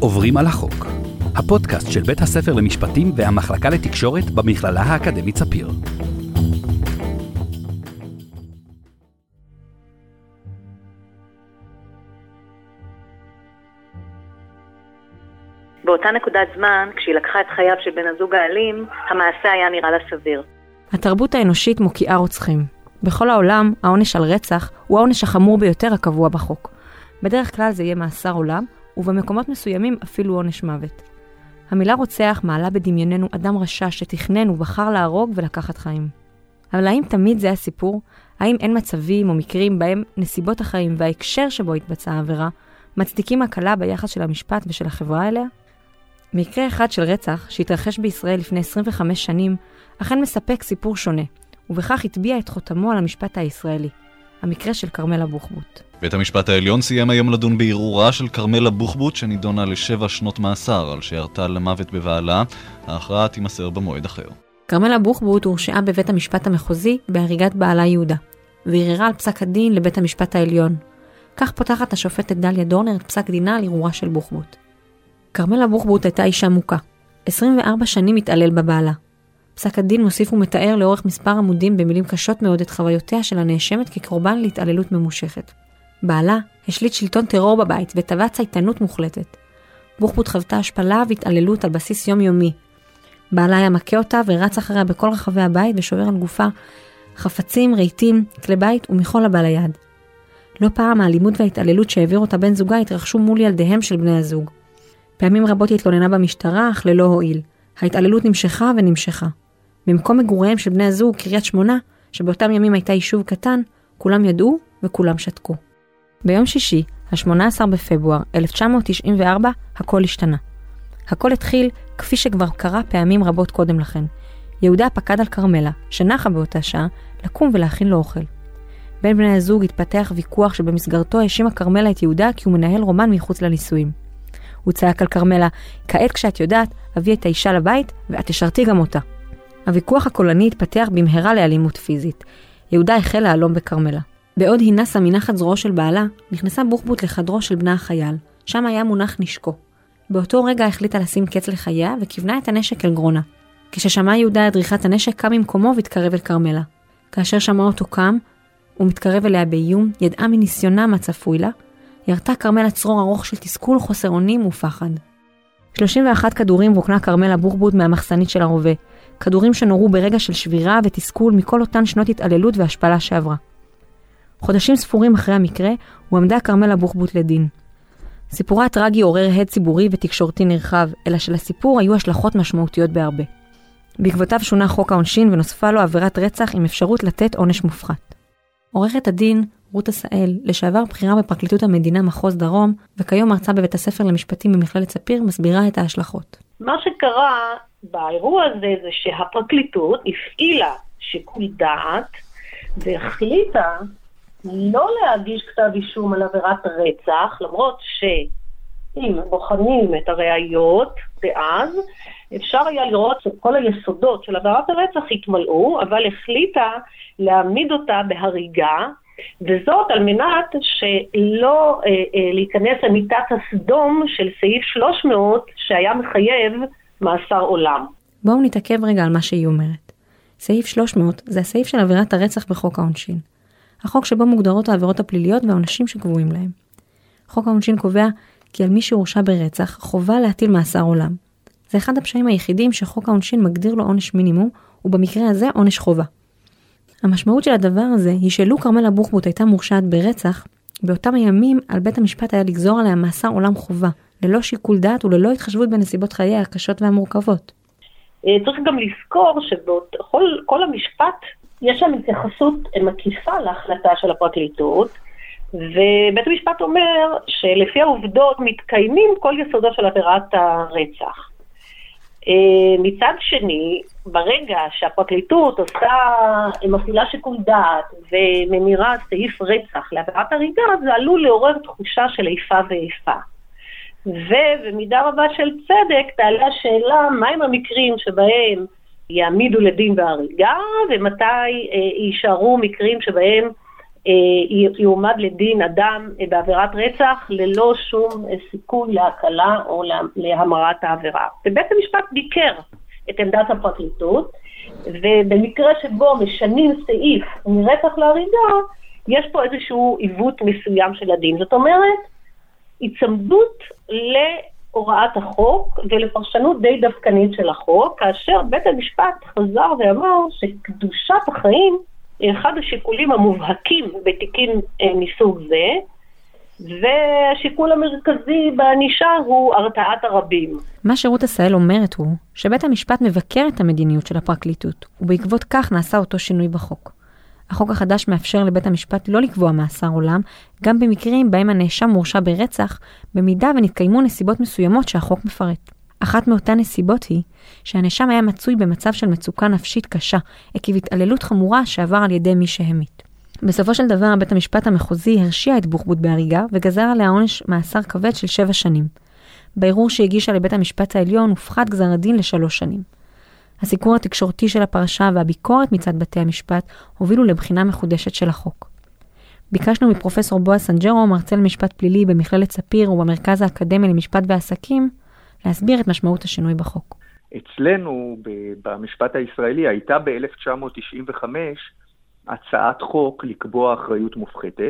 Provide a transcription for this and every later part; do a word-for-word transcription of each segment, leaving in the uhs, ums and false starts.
עוברים על החוק, הפודקאסט של בית הספר למשפטים והמחלקה לתקשורת במכללה האקדמית ספיר. באותה נקודת זמן, כשהיא לקחה את חייו של בן הזוג האלים, המעשה היה נראה לה סביר. התרבות האנושית מוקיעה רוצחים. בכל העולם, העונש על רצח הוא העונש החמור ביותר הקבוע בחוק. בדרך כלל זה יהיה מאסר עולם, ובמקומות מסוימים אפילו עונש מוות. המילה רוצח מעלה בדמיוננו אדם רשע שתכנן ובחר להרוג ולקחת חיים. אבל האם תמיד זה הסיפור? האם אין מצבים או מקרים בהם נסיבות החיים וההקשר שבו התבצעה העבירה מצדיקים הקלה ביחס של המשפט ושל החברה אליה? מקרה אחד של רצח שהתרחש בישראל לפני עשרים וחמש שנים אכן מספק סיפור שונה, ובכך הטביע את חותמו על המשפט הישראלי. המקרה של כרמלה בוחבוט. בית המשפט העליון סיים היום לדון בערעורה של כרמלה בוחבוט שנידונה לשבע שנות מאסר על שירתה למוות בבעלה. ההכרעה תימסר במועד אחר. כרמלה בוחבוט הורשעה בבית המשפט המחוזי בהריגת בעלה יהודה, וערערה על פסק הדין לבית המשפט העליון. כך פותחת השופטת דליה דורנר את פסק דינה על ערעורה של בוחבוט. כרמלה בוחבוט הייתה אישה מוכה. עשרים וארבע שנים התעלל בבעלה. פסק הדין מוסיף ומתאר לאורך מספר עמודים במילים קשות מאוד את חוויותיה של הנאשמת כקורבן להתעללות ממושכת. בעלה השליט שלטון טרור בבית וטבע צייתנות מוחלטת. בוחבוט חוותה השפלה והתעללות על בסיס יומיומי. בעלה היה מכה אותה ורץ אחריה בכל רחבי הבית ושובר על גופה חפצים, רהיטים, כלי בית ומכל הבא ליד. לא פעם האלימות וההתעללות שהעביר אותה בן זוגה התרחשו מול ילדיהם של בני הזוג. פעמים רבות היא התלוננה במשטרה, אך ללא הועיל. ההתעללות נמשכה ונמשכה. במקום מגוריהם של בני הזוג, קריית שמונה, שבאותם ימים הייתה יישוב קטן, כולם ידעו וכולם שתקו. ביום שישי, ה-שמונה עשר בפברואר אלף תשע מאות תשעים וארבע, הכל השתנה. הכל התחיל כפי שכבר קרה פעמים רבות קודם לכן. יהודה פקד על כרמלה, שנחה באותה שעה, לקום ולהכין לו אוכל. בין בני הזוג התפתח ויכוח שבמסגרתו האשימה כרמלה את יהודה כי הוא מנהל רומן מחוץ לנישואים. הוא צעק על כרמלה, כעת כשאת יודעת, הביא את האישה לבית ואת תשרתי גם אותה. הוויכוח הקולני התפתח במהרה לאלימות פיזית. יהודה החל להלום בכרמלה. בעוד היא נסה מנחת זרועו של בעלה, נכנסה בוחבוט לחדרו של בנה החייל. שם היה מונח נשקו. באותו רגע החליטה לשים קץ לחייה וכיוונה את הנשק אל גרונה. כששמע יהודה את דריכת הנשק קם ממקומו והתקרב אל כרמלה. כאשר שמע אותו קם ומתקרב אליה באיום, ידעה מניסיונה מה צפוי לה, ירתה כרמלה צרור ארוך של תסכול, חוסר אונים ופחד. שלושים ואחת כדורים רוקנה כרמלה בוחבוט מהמחסנית של הרובה. כדורים שנורו ברגע של שבירה ותסכול מכל אותן שנות התעללות והשפלה שעברה. חודשים ספורים אחרי המקרה, הועמדה כרמלה בוחבוט לדין. סיפורה הטרגי עורר הד ציבורי ותקשורתי נרחב, אלא שלסיפור היו השלכות משמעותיות בהרבה. בעקבותיו שונה חוק העונשין ונוספה לו עבירת רצח עם אפשרות לתת עונש מופחת. עורכת הדין רות עשאל, לשעבר בחירה בפרקליטות המדינה מחוז דרום, וכיום מרצה בבית הספר למשפטים במכללת ספיר, מסבירה את ההשלכות. מה שקרה באירוע הזה זה שהפרקליטות הפעילה שיקול דעת והחליטה לא להגיש כתב אישום על עבירת רצח, למרות שאם בוחנים את הראיות דאז, אפשר היה לראות שכל היסודות של עבירת הרצח התמלאו, אבל החליטה להעמיד אותה בהריגה, וזאת על מנת שלא אה, אה, להיכנס למיטת הסדום של סעיף שלוש מאות שהיה מחייב מאסר עולם. בואו נתעכב רגע על מה שהיא אומרת. סעיף שלוש מאות זה הסעיף של עבירת הרצח בחוק העונשין. החוק שבו מוגדרות העבירות הפליליות והעונשים שקבועים להם. חוק העונשין קובע כי על מי שהורשע ברצח חובה להטיל מאסר עולם. זה אחד הפשעים היחידים שחוק העונשין מגדיר לו עונש מינימום, ובמקרה הזה עונש חובה. המשמעות של הדבר הזה היא שלו כרמלה בוחבוט הייתה מורשעת ברצח, באותם הימים על בית המשפט היה לגזור עליה מאסר עולם חובה, ללא שיקול דעת וללא התחשבות בנסיבות חייה הקשות והמורכבות. צריך גם לזכור שבכל כל המשפט יש שם התייחסות מקיפה להחלטה של הפרקליטות, ובית המשפט אומר שלפי העובדות מתקיימים כל יסודות של עבירת הרצח. מצד שני, ברגע שהפרקליטות עושה, מפעילה שיקול דעת וממירה סעיף רצח לעבירת הריגה, זה עלול לעורר תחושה של איפה ואיפה. ובמידה רבה של צדק תעלה השאלה מהם המקרים שבהם יעמידו לדין בהריגה, ומתי יישארו מקרים שבהם יועמד לדין אדם בעבירת רצח ללא שום סיכוי להקלה או להמרת העבירה. ובית המשפט ביקר את עמדת הפרקליטות, ובמקרה שבו משנים סעיף מרצח להריגה, יש פה איזשהו עיוות מסוים של הדין. זאת אומרת, הצמדות להוראת החוק ולפרשנות די דווקנית של החוק, כאשר בית המשפט חזר ואמר שקדושת החיים היא אחד השיקולים המובהקים בתיקים מסוג זה, והשיקול המרכזי בענישה הוא הרתעת הרבים. מה שרות עשהאל אומרת הוא שבית המשפט מבקר את המדיניות של הפרקליטות, ובעקבות כך נעשה אותו שינוי בחוק. החוק החדש מאפשר לבית המשפט לא לקבוע מאסר עולם, גם במקרים בהם הנאשם מורשע ברצח, במידה ונתקיימו נסיבות מסוימות שהחוק מפרט. אחת מאותן נסיבות היא שהנאשם היה מצוי במצב של מצוקה נפשית קשה, עקב התעללות חמורה שעבר על ידי מי שהמית. בסופו של דבר, בית המשפט המחוזי הרשיע את בוחבוט בהריגה וגזר עליה עונש מאסר כבד של שבע שנים. בערעור שהגישה לבית המשפט העליון הופחת גזר הדין לשלוש שנים. הסיקור התקשורתי של הפרשה והביקורת מצד בתי המשפט הובילו לבחינה מחודשת של החוק. ביקשנו מפרופסור בועז סנג'רו, מרצה למשפט פלילי במכללת ספיר ובמרכז האקדמי למשפט ועסקים, להסביר את משמעות השינוי בחוק. אצלנו במשפט הישראלי הייתה ב-אלף תשע מאות תשעים וחמש הצעת חוק לקבוע אחריות מופחתת,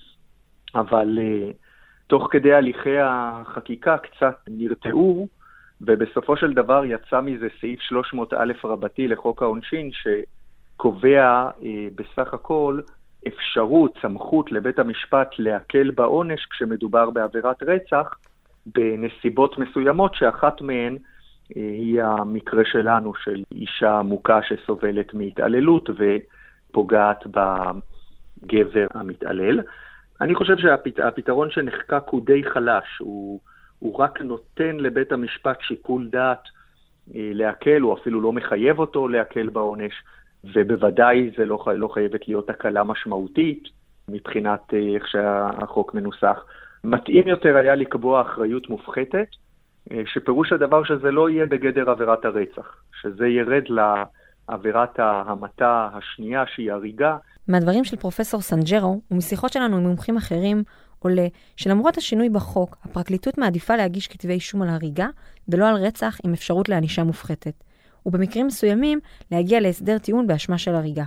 אבל uh, תוך כדי הליכי החקיקה קצת נרתעו, ובסופו של דבר יצא מזה סעיף שלוש מאות א' רבתי לחוק העונשין, שקובע uh, בסך הכל אפשרות, סמכות לבית המשפט להקל בעונש כשמדובר בעבירת רצח, בנסיבות מסוימות שאחת מהן uh, היא המקרה שלנו של אישה מוכה שסובלת מהתעללות ו... פוגעת בגבר המתעלל. אני חושב שהפתרון שנחקק הוא די חלש, הוא, הוא רק נותן לבית המשפט שיקול דעת אה, להקל, הוא אפילו לא מחייב אותו להקל בעונש, ובוודאי זה לא, לא חייבת להיות הקלה משמעותית מבחינת אה, איך שהחוק מנוסח. מתאים יותר היה לקבוע אחריות מופחתת, אה, שפירוש הדבר שזה לא יהיה בגדר עבירת הרצח, שזה ירד ל... עבירת ההמתה השנייה שהיא הריגה. מהדברים של פרופסור סנג'רו ומשיחות שלנו עם מומחים אחרים עולה שלמרות השינוי בחוק, הפרקליטות מעדיפה להגיש כתבי אישום על הריגה ולא על רצח עם אפשרות לענישה מופחתת, ובמקרים מסוימים להגיע להסדר טיעון באשמה של הריגה.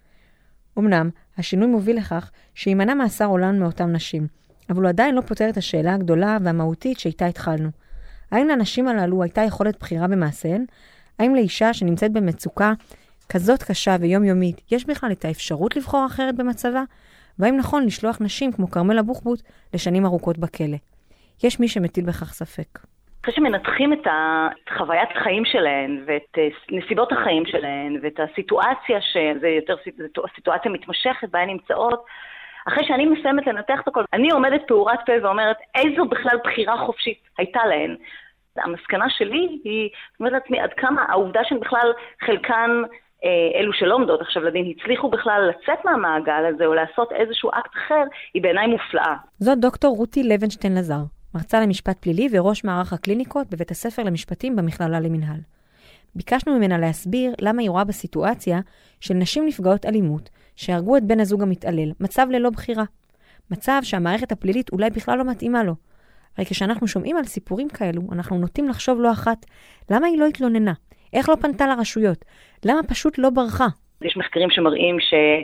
אמנם, השינוי מוביל לכך שימנע מאסר עולם מאותם נשים, אבל הוא עדיין לא פותר את השאלה הגדולה והמהותית שאיתה התחלנו. האם לאנשים הללו הייתה יכולת בחירה במעשיהן? האם לאישה שנמצאת במצוקה כזאת קשה ויומיומית, יש בכלל את האפשרות לבחור אחרת במצבה? והאם נכון לשלוח נשים כמו קרמלה בוחבוט לשנים ארוכות בכלא? יש מי שמטיל בכך ספק. אחרי שמנתחים את חוויית החיים שלהן ואת נסיבות החיים שלהן ואת הסיטואציה, שזה יותר סיטואציה מתמשכת בה הן נמצאות, אחרי שאני מסיימת לנתח את הכל, אני עומדת פעורת פה ואומרת איזו בכלל בחירה חופשית הייתה להן. המסקנה שלי היא, אומרת לעצמי, עד כמה העובדה שהן בכלל חלקן, אה, אלו שלא עומדות עכשיו לדין, הצליחו בכלל לצאת מהמעגל הזה או לעשות איזשהו אקט אחר, היא בעיניי מופלאה. זאת דוקטור רותי לוינשטיין לזר, מרצה למשפט פלילי וראש מערך הקליניקות בבית הספר למשפטים במכללה למנהל. ביקשנו ממנה להסביר למה היא רואה בסיטואציה של נשים נפגעות אלימות שהרגו את בן הזוג המתעלל, מצב ללא בחירה. מצב שהמערכת הפלילית אולי בכלל לא מתאימה לו. הרי כשאנחנו שומעים על סיפורים כאלו, אנחנו נוטים לחשוב לא אחת, למה היא לא התלוננה? איך לא פנתה לרשויות? למה פשוט לא ברחה? יש מחקרים שמראים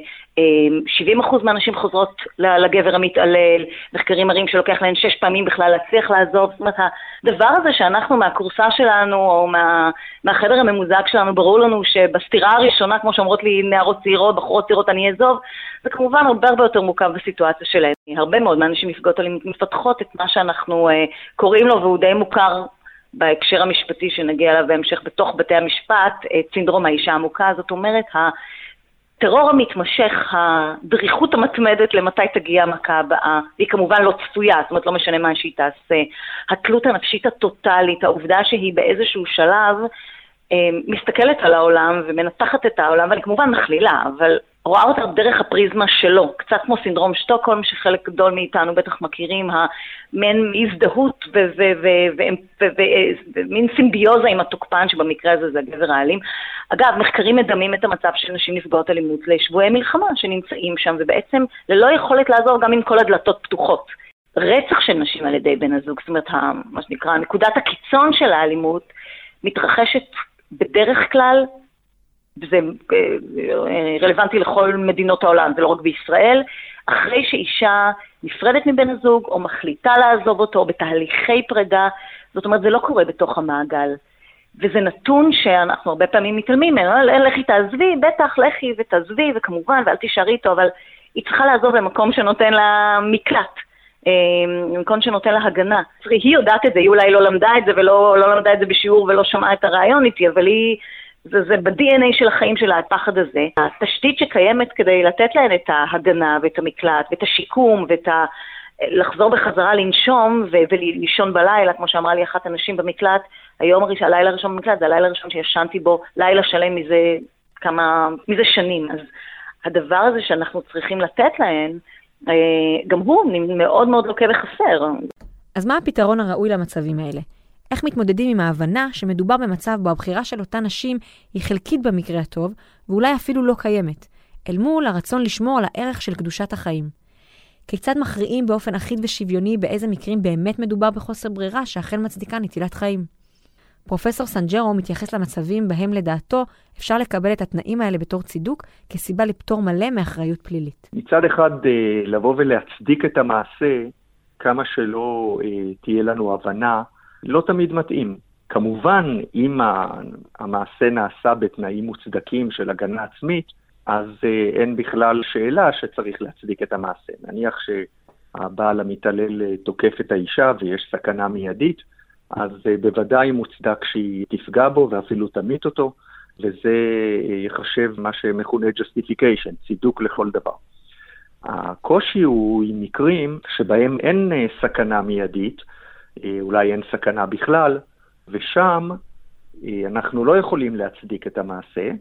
ש-שבעים אחוז מהנשים חוזרות לגבר המתעלל, מחקרים מראים שלוקח להן שש פעמים בכלל להצליח לעזוב. זאת אומרת, הדבר הזה שאנחנו מהקורסה שלנו, או מה, מהחדר הממוזג שלנו, ברור לנו שבסתירה הראשונה, כמו שאומרות לי נערות צעירות, בחורות צעירות, אני אעזוב, זה כמובן הרבה הרבה יותר מורכב בסיטואציה שלהן. הרבה מאוד מהנשים נפגעות אלימות מפתחות את מה שאנחנו קוראים לו, והוא די מוכר בהקשר המשפטי שנגיע אליו בהמשך בתוך בתי המשפט, סינדרום האישה המוכה. זאת אומרת, הטרור המתמשך, הדריכות המתמדת למתי תגיע המכה הבאה, והיא כמובן לא צפויה, זאת אומרת לא משנה מה שהיא תעשה, התלות הנפשית הטוטלית, העובדה שהיא באיזשהו שלב מסתכלת על העולם ומנתחת את העולם, ואני כמובן מכלילה, אבל רואה אותה דרך הפריזמה שלו, קצת כמו סינדרום שטוקהולם, שחלק גדול מאיתנו בטח מכירים, המין הזדהות ומין סימביוזה עם התוקפן, שבמקרה הזה זה הגבר האלים. אגב, מחקרים מדמים את המצב של נשים נפגעות אלימות לשבועי מלחמה שנמצאים שם, ובעצם ללא יכולת לעזור גם עם כל הדלתות פתוחות. רצח של נשים על ידי בן הזוג, זאת אומרת, מה שנקרא, נקודת הקיצון של האלימות, מתרחשת בדרך כלל, זה רלוונטי לכל מדינות העולם, זה לא רק בישראל, אחרי שאישה נפרדת מבן הזוג, או מחליטה לעזוב אותו, בתהליכי פרידה, זאת אומרת, זה לא קורה בתוך המעגל. וזה נתון שאנחנו הרבה פעמים מתעלמים ממנו, לכי תעזבי, בטח, לכי ותעזבי, וכמובן, ואל תישארי איתו, אבל היא צריכה לעזוב למקום שנותן לה מקלט, מקום שנותן לה הגנה. היא יודעת את זה, היא אולי לא למדה את זה, ולא לא למדה את זה בשיעור, ולא שמעה את הרעיון איתי, אבל היא... זה, זה ב-די אן איי של החיים שלה, הפחד הזה. התשתית שקיימת כדי לתת להן את ההגנה ואת המקלט ואת השיקום ואת ה... לחזור בחזרה לנשום ו- ולישון בלילה, כמו שאמרה לי אחת הנשים במקלט, היום הראשון, הלילה הראשון במקלט, זה הלילה הראשון שישנתי בו, לילה שלם מזה כמה, מזה שנים. אז הדבר הזה שאנחנו צריכים לתת להן, גם הוא מאוד מאוד לוקה וחסר. אז מה הפתרון הראוי למצבים האלה? איך מתמודדים עם ההבנה שמדובר במצב בו הבחירה של אותן נשים היא חלקית במקרה הטוב, ואולי אפילו לא קיימת, אל מול הרצון לשמור על הערך של קדושת החיים? כיצד מכריעים באופן אחיד ושוויוני באיזה מקרים באמת מדובר בחוסר ברירה שאכן מצדיקה נטילת חיים? פרופסור סנג'רו מתייחס למצבים בהם לדעתו אפשר לקבל את התנאים האלה בתור צידוק כסיבה לפטור מלא מאחריות פלילית. מצד אחד, לבוא ולהצדיק את המעשה, כמה שלא תהיה לנו הבנה, לא תמיד מתאים. כמובן, אם המעשה נעשה בתנאים מוצדקים של הגנה עצמית, אז אין בכלל שאלה שצריך להצדיק את המעשה. נניח שהבעל המתעלל תוקף את האישה ויש סכנה מיידית, אז בוודאי מוצדק שהיא תפגע בו ואפילו תמית אותו, וזה יחשב מה שמכונה justification, צידוק לכל דבר. הקושי הוא עם מקרים שבהם אין סכנה מיידית, אולי אין סכנה בכלל, ושם אנחנו לא יכולים להצדיק את המעשה,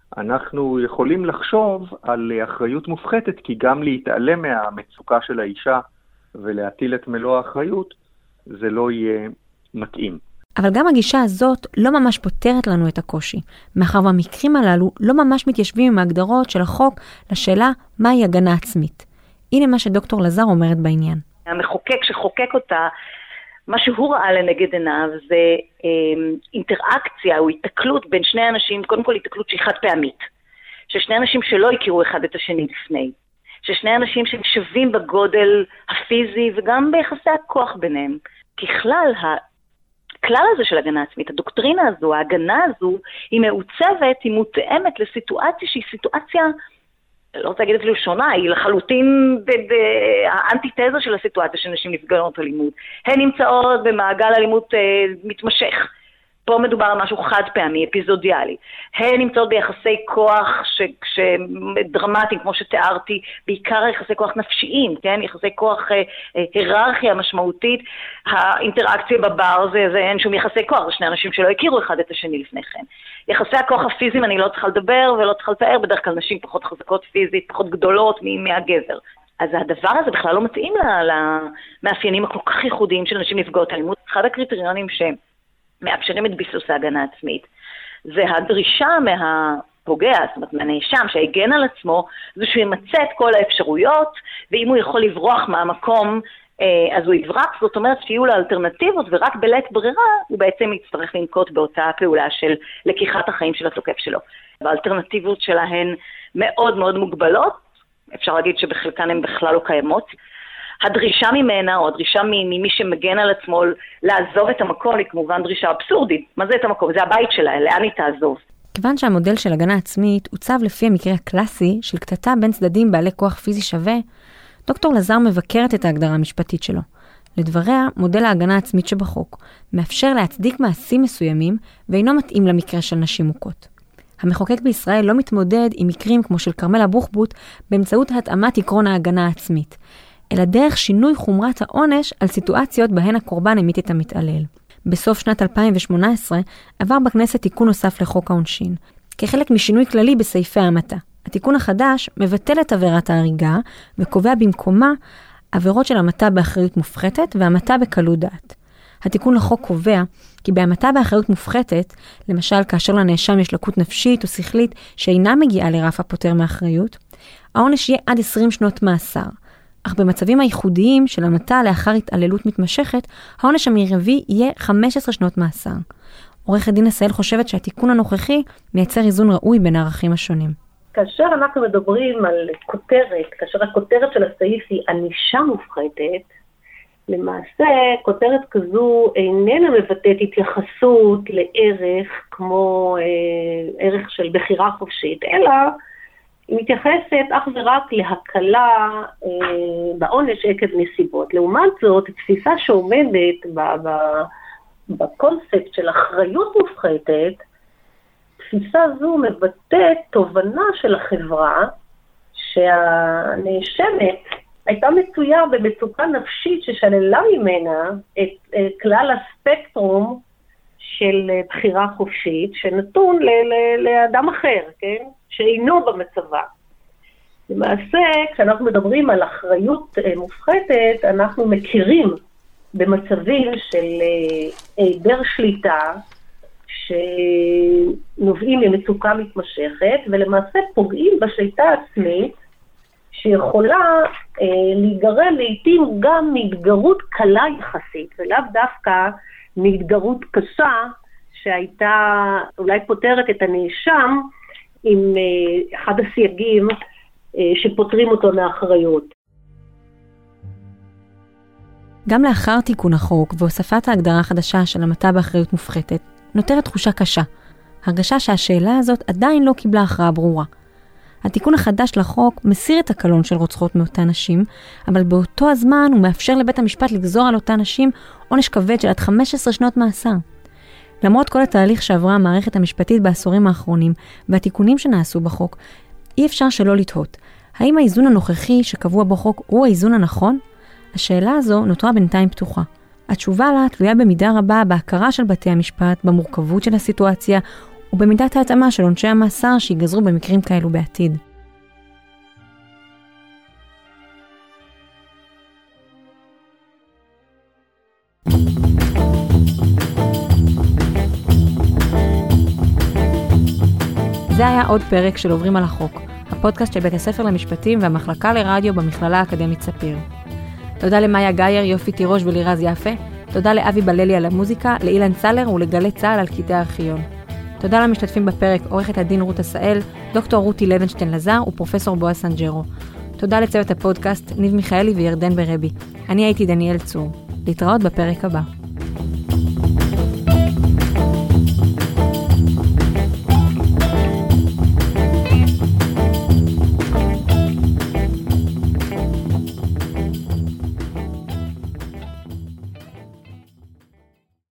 אנחנו יכולים לחשוב על אחריות מופחתת, כי גם להתעלם מהמצוקה של האישה ולהטיל את מלוא האחריות, זה לא יהיה מתאים. אבל גם הגישה הזאת לא ממש פותרת לנו את הקושי, מאחר והמקרים הללו לא ממש מתיישבים עם ההגדרות של החוק לשאלה מהי הגנה עצמית. הנה מה שדוקטור לזר אומרת בעניין. המחוקק שחוקק אותה, מה שהוא ראה לנגד עיניו זה אה, אינטראקציה או התקלות בין שני אנשים, קודם כל התקלות שהיא חד פעמית, ששני אנשים שלא הכירו אחד את השני לפני, ששני אנשים שהם שווים בגודל הפיזי וגם ביחסי הכוח ביניהם. ככלל, הכלל הזה של הגנה עצמית, הדוקטרינה הזו, ההגנה הזו, היא מעוצבת, היא מותאמת לסיטואציה שהיא סיטואציה, לא רוצה להגיד אפילו שונה, היא לחלוטין האנטיתזה של הסיטואציה של נשים נפגעות אלימות. הן נמצאות במעגל אלימות אה, מתמשך. פה מדובר על משהו חד פעמי, אפיזודיאלי. הן נמצאות ביחסי כוח ש, שדרמטיים, כמו שתיארתי, בעיקר יחסי כוח נפשיים, כן? יחסי כוח אה, אה, היררכיה משמעותית. האינטראקציה בבר זה, זה אין שום יחסי כוח, זה שני אנשים שלא הכירו אחד את השני לפני כן. יחסי הכוח הפיזיים אני לא צריכה לדבר ולא צריכה לתאר, בדרך כלל נשים פחות חזקות פיזית, פחות גדולות מהגבר. אז הדבר הזה בכלל לא מתאים למאפיינים הכל כך ייחודיים של נשים נפגעות אלימות. אחד הקריטריונים שמאפשרים את ביסוס ההגנה עצמית, זה הדרישה מהפוגע, זאת אומרת מהנאשם שהגן על עצמו, זה שהוא ימצא את כל האפשרויות, ואם הוא יכול לברוח מהמקום, אז הוא יברח, זאת אומרת שיהיו לה אלטרנטיבות, ורק בלית ברירה הוא בעצם יצטרך לנקוט באותה פעולה של לקיחת החיים של התוקף שלו. והאלטרנטיבות שלהן מאוד מאוד מוגבלות, אפשר להגיד שבחלקן הן בכלל לא קיימות. הדרישה ממנה, או הדרישה ממי שמגן על עצמו לעזוב את המקום, היא כמובן דרישה אבסורדית. מה זה את המקום? זה הבית שלה, לאן היא תעזוב? כיוון שהמודל של הגנה עצמית עוצב לפי המקרה הקלאסי של קטטה בין צדדים בעלי כוח פיזי שווה, דוקטור לזר מבקרת את ההגדרה המשפטית שלו. לדבריה, מודל ההגנה העצמית שבחוק מאפשר להצדיק מעשים מסוימים ואינו מתאים למקרה של נשים מוכות. המחוקק בישראל לא מתמודד עם מקרים כמו של קרמלה בוחבוט באמצעות התאמת עקרון ההגנה העצמית, אלא דרך שינוי חומרת העונש על סיטואציות בהן הקורבן המית את המתעלל. בסוף שנת אלפיים שמונה עשרה עבר בכנסת תיקון נוסף לחוק העונשין, כחלק משינוי כללי בסעיפי ההמתה. התיקון החדש מבטל את עבירת ההריגה וקובע במקומה עבירות של המתה באחריות מופחתת והמתה בקלות דעת. התיקון לחוק קובע כי בהמתה באחריות מופחתת, למשל כאשר לנאשם יש לקות נפשית או שכלית שאינה מגיעה לרף הפוטר מאחריות, העונש יהיה עד עשרים שנות מאסר. אך במצבים הייחודיים של המתה לאחר התעללות מתמשכת, העונש המרבי יהיה חמש עשרה שנות מאסר. עורכת דין עשהאל חושבת שהתיקון הנוכחי מייצר איזון ראוי בין הערכים השונים. כאשר אנחנו מדברים על כותרת, כאשר הכותרת של הסעיף היא ענישה מופחתת, למעשה כותרת כזו איננה מבטאת התייחסות לערך כמו אה, ערך של בחירה חופשית, אלא היא מתייחסת אך ורק להקלה אה, בעונש עקב נסיבות. לעומת זאת, תפיסה שעומדת ב, ב, בקונספט של אחריות מופחתת, תפיסה זו מבטאת תובנה של החברה שהנאשמת הייתה מצויה במצוקה נפשית ששללה ממנה את, את כלל הספקטרום של בחירה חופשית שנתון ל, ל, לאדם אחר, כן? שאינו במצבה. למעשה, כשאנחנו מדברים על אחריות מופחתת, אנחנו מכירים במצבים של היעדר שליטה, שנובעים ממצוקה מתמשכת, ולמעשה פוגעים בשליטה עצמית, שיכולה אה, להיגרם לעתים גם מהתגרות קלה יחסית, ולאו דווקא מהתגרות קשה, שהייתה אולי פותרת את הנאשם, עם אה, אחד הסייגים אה, שפותרים אותו מאחריות. גם לאחר תיקון החוק והוספת ההגדרה החדשה של המתה באחריות מופחתת, נותרת תחושה קשה. הרגשה שהשאלה הזאת עדיין לא קיבלה הכרעה ברורה. התיקון החדש לחוק מסיר את הקלון של רוצחות מאותן נשים, אבל באותו הזמן הוא מאפשר לבית המשפט לגזור על אותן נשים עונש כבד של עד חמש עשרה שנות מאסר. למרות כל התהליך שעברה המערכת המשפטית בעשורים האחרונים והתיקונים שנעשו בחוק, אי אפשר שלא לתהות. האם האיזון הנוכחי שקבוע בחוק הוא האיזון הנכון? השאלה הזו נותרה בינתיים פתוחה. התשובה לה תלויה במידה רבה בהכרה של בתי המשפט, במורכבות של הסיטואציה, ובמידת ההתאמה של עונשי המאסר שיגזרו במקרים כאלו בעתיד. זה היה עוד פרק של עוברים על החוק, הפודקאסט של בית הספר למשפטים והמחלקה לרדיו במכללה האקדמית ספיר. תודה למאיה גייר, יופי תירוש ולירז יפה. תודה לאבי בללי על המוזיקה, לאילן סלר ולגלי צהל על קטעי הארכיון. תודה למשתתפים בפרק עורכת הדין רות עשהאל, דוקטור רותי לוינשטיין לזר ופרופסור בועז סנג'רו. תודה לצוות הפודקאסט ניב מיכאלי וירדן ברבי. אני הייתי דניאל צור. להתראות בפרק הבא.